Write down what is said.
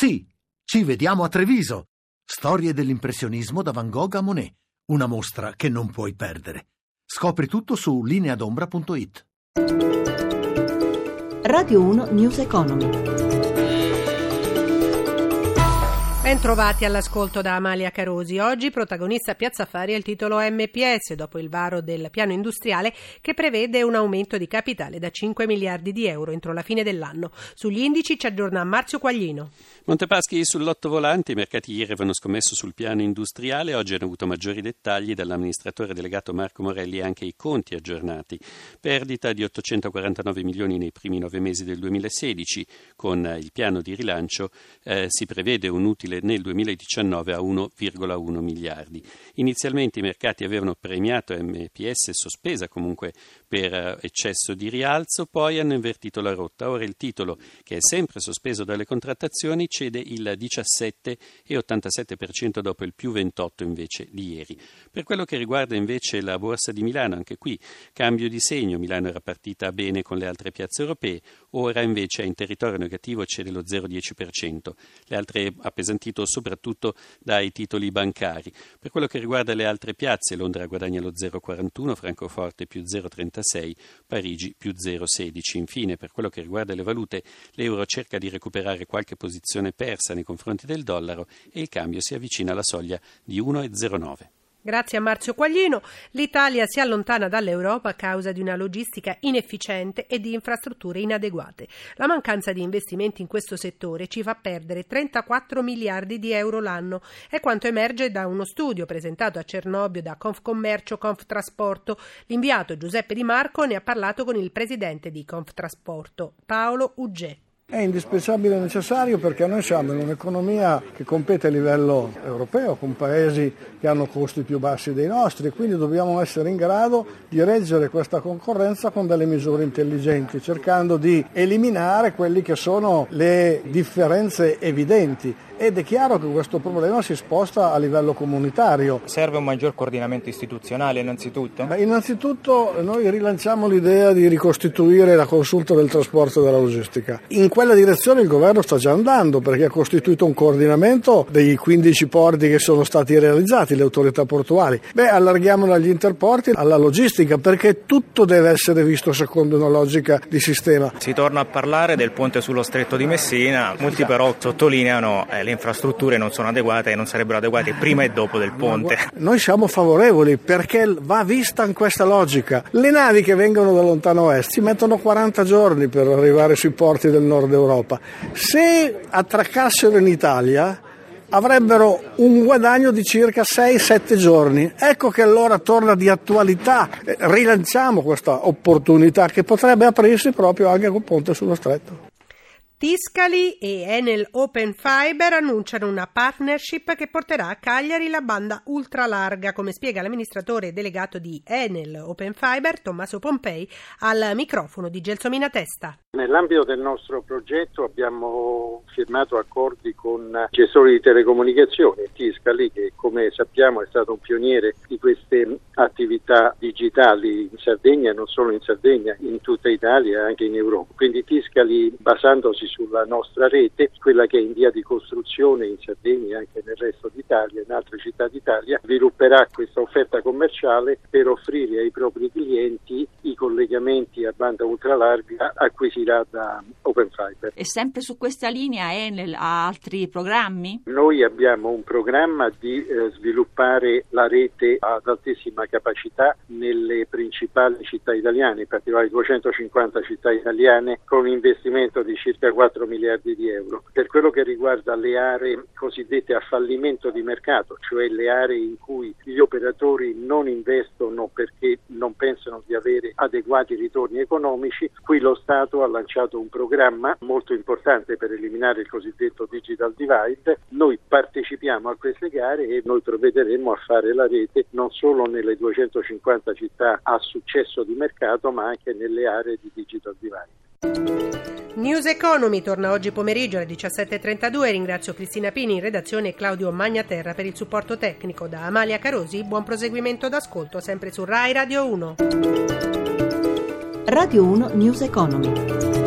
Sì, ci vediamo a Treviso. Storie dell'impressionismo da Van Gogh a Monet. Una mostra che non puoi perdere. Scopri tutto su lineadombra.it. Radio 1 News Economy. Ben trovati all'ascolto da Amalia Carosi. Oggi protagonista a Piazza Affari è il titolo MPS, dopo il varo del piano industriale che prevede un aumento di capitale da 5 miliardi di euro entro la fine dell'anno. Sugli indici ci aggiorna Marzio Quaglino. Montepaschi sull'Otto Volante, i mercati ieri avevano scommesso sul piano industriale, oggi hanno avuto maggiori dettagli dall'amministratore delegato Marco Morelli e anche i conti aggiornati. Perdita di 849 milioni nei primi 9 mesi del 2016, con il piano di rilancio si prevede un utile nel 2019 a 1,1 miliardi. Inizialmente i mercati avevano premiato MPS, sospesa comunque per eccesso di rialzo, poi hanno invertito la rotta. Ora il titolo, che è sempre sospeso dalle contrattazioni, cede il 17,87% dopo il più 28% invece di ieri. Per quello che riguarda invece la Borsa di Milano, anche qui cambio di segno. Milano era partita bene con le altre piazze europee, ora invece è in territorio negativo, cede lo 0,10%. Le altre appesantito soprattutto dai titoli bancari. Per quello che riguarda le altre piazze, Londra guadagna lo 0,41%, Francoforte più 0,36%, Parigi più 0,16%. Infine, per quello che riguarda le valute, l'euro cerca di recuperare qualche posizione persa nei confronti del dollaro e il cambio si avvicina alla soglia di 1,09. Grazie a Marzio Quaglino. L'Italia si allontana dall'Europa a causa di una logistica inefficiente e di infrastrutture inadeguate. La mancanza di investimenti in questo settore ci fa perdere 34 miliardi di euro l'anno. È quanto emerge da uno studio presentato a Cernobbio da Confcommercio Conftrasporto. L'inviato Giuseppe Di Marco ne ha parlato con il presidente di Conftrasporto, Paolo Uggè. È indispensabile e necessario perché noi siamo in un'economia che compete a livello europeo con paesi che hanno costi più bassi dei nostri, quindi dobbiamo essere in grado di reggere questa concorrenza con delle misure intelligenti, cercando di eliminare quelli che sono le differenze evidenti. Ed è chiaro che questo problema si sposta a livello comunitario. Serve un maggior coordinamento istituzionale innanzitutto? Innanzitutto noi rilanciamo l'idea di ricostituire la consulta del trasporto e della logistica. In quella direzione il governo sta già andando perché ha costituito un coordinamento dei 15 porti che sono stati realizzati, le autorità portuali. Allarghiamolo agli interporti, alla logistica, perché tutto deve essere visto secondo una logica di sistema. Si torna a parlare del ponte sullo stretto di Messina, molti però sottolineano le infrastrutture non sono adeguate e non sarebbero adeguate prima e dopo del ponte. Noi siamo favorevoli perché va vista in questa logica. Le navi che vengono da lontano est ci mettono 40 giorni per arrivare sui porti del nord Europa. Se attraccassero in Italia avrebbero un guadagno di circa 6-7 giorni. Ecco che allora torna di attualità. Rilanciamo questa opportunità che potrebbe aprirsi proprio anche col ponte sullo stretto. Tiscali e Enel Open Fiber annunciano una partnership che porterà a Cagliari la banda ultralarga, come spiega l'amministratore delegato di Enel Open Fiber, Tommaso Pompei, al microfono di Gelsomina Testa. Nell'ambito del nostro progetto abbiamo firmato accordi con gestori di telecomunicazioni, Tiscali, che come sappiamo è stato un pioniere di queste attività digitali in Sardegna e non solo in Sardegna, in tutta Italia e anche in Europa. Quindi Tiscali, basandosi sulla nostra rete, quella che è in via di costruzione in Sardegna e anche nel resto d'Italia, in altre città d'Italia, svilupperà questa offerta commerciale per offrire ai propri clienti i collegamenti a banda ultralarga acquisirà da Open Fiber. E sempre su questa linea Enel ha altri programmi? Noi abbiamo un programma di sviluppare la rete ad altissima capacità nelle principali città italiane, in particolare 250 città italiane, con un investimento di circa 4 miliardi di euro. Per quello che riguarda le aree cosiddette a fallimento di mercato, cioè le aree in cui gli operatori non investono perché non pensano di avere adeguati ritorni economici, qui lo Stato ha lanciato un programma molto importante per eliminare il cosiddetto digital divide. Noi partecipiamo a queste gare e noi provvederemo a fare la rete non solo nelle 250 città a successo di mercato, ma anche nelle aree di digital divide. News Economy torna oggi pomeriggio alle 17.32. Ringrazio Cristina Pini in redazione e Claudio Magnaterra per il supporto tecnico. Da Amalia Carosi, buon proseguimento d'ascolto sempre su Rai Radio 1. Radio 1 News Economy.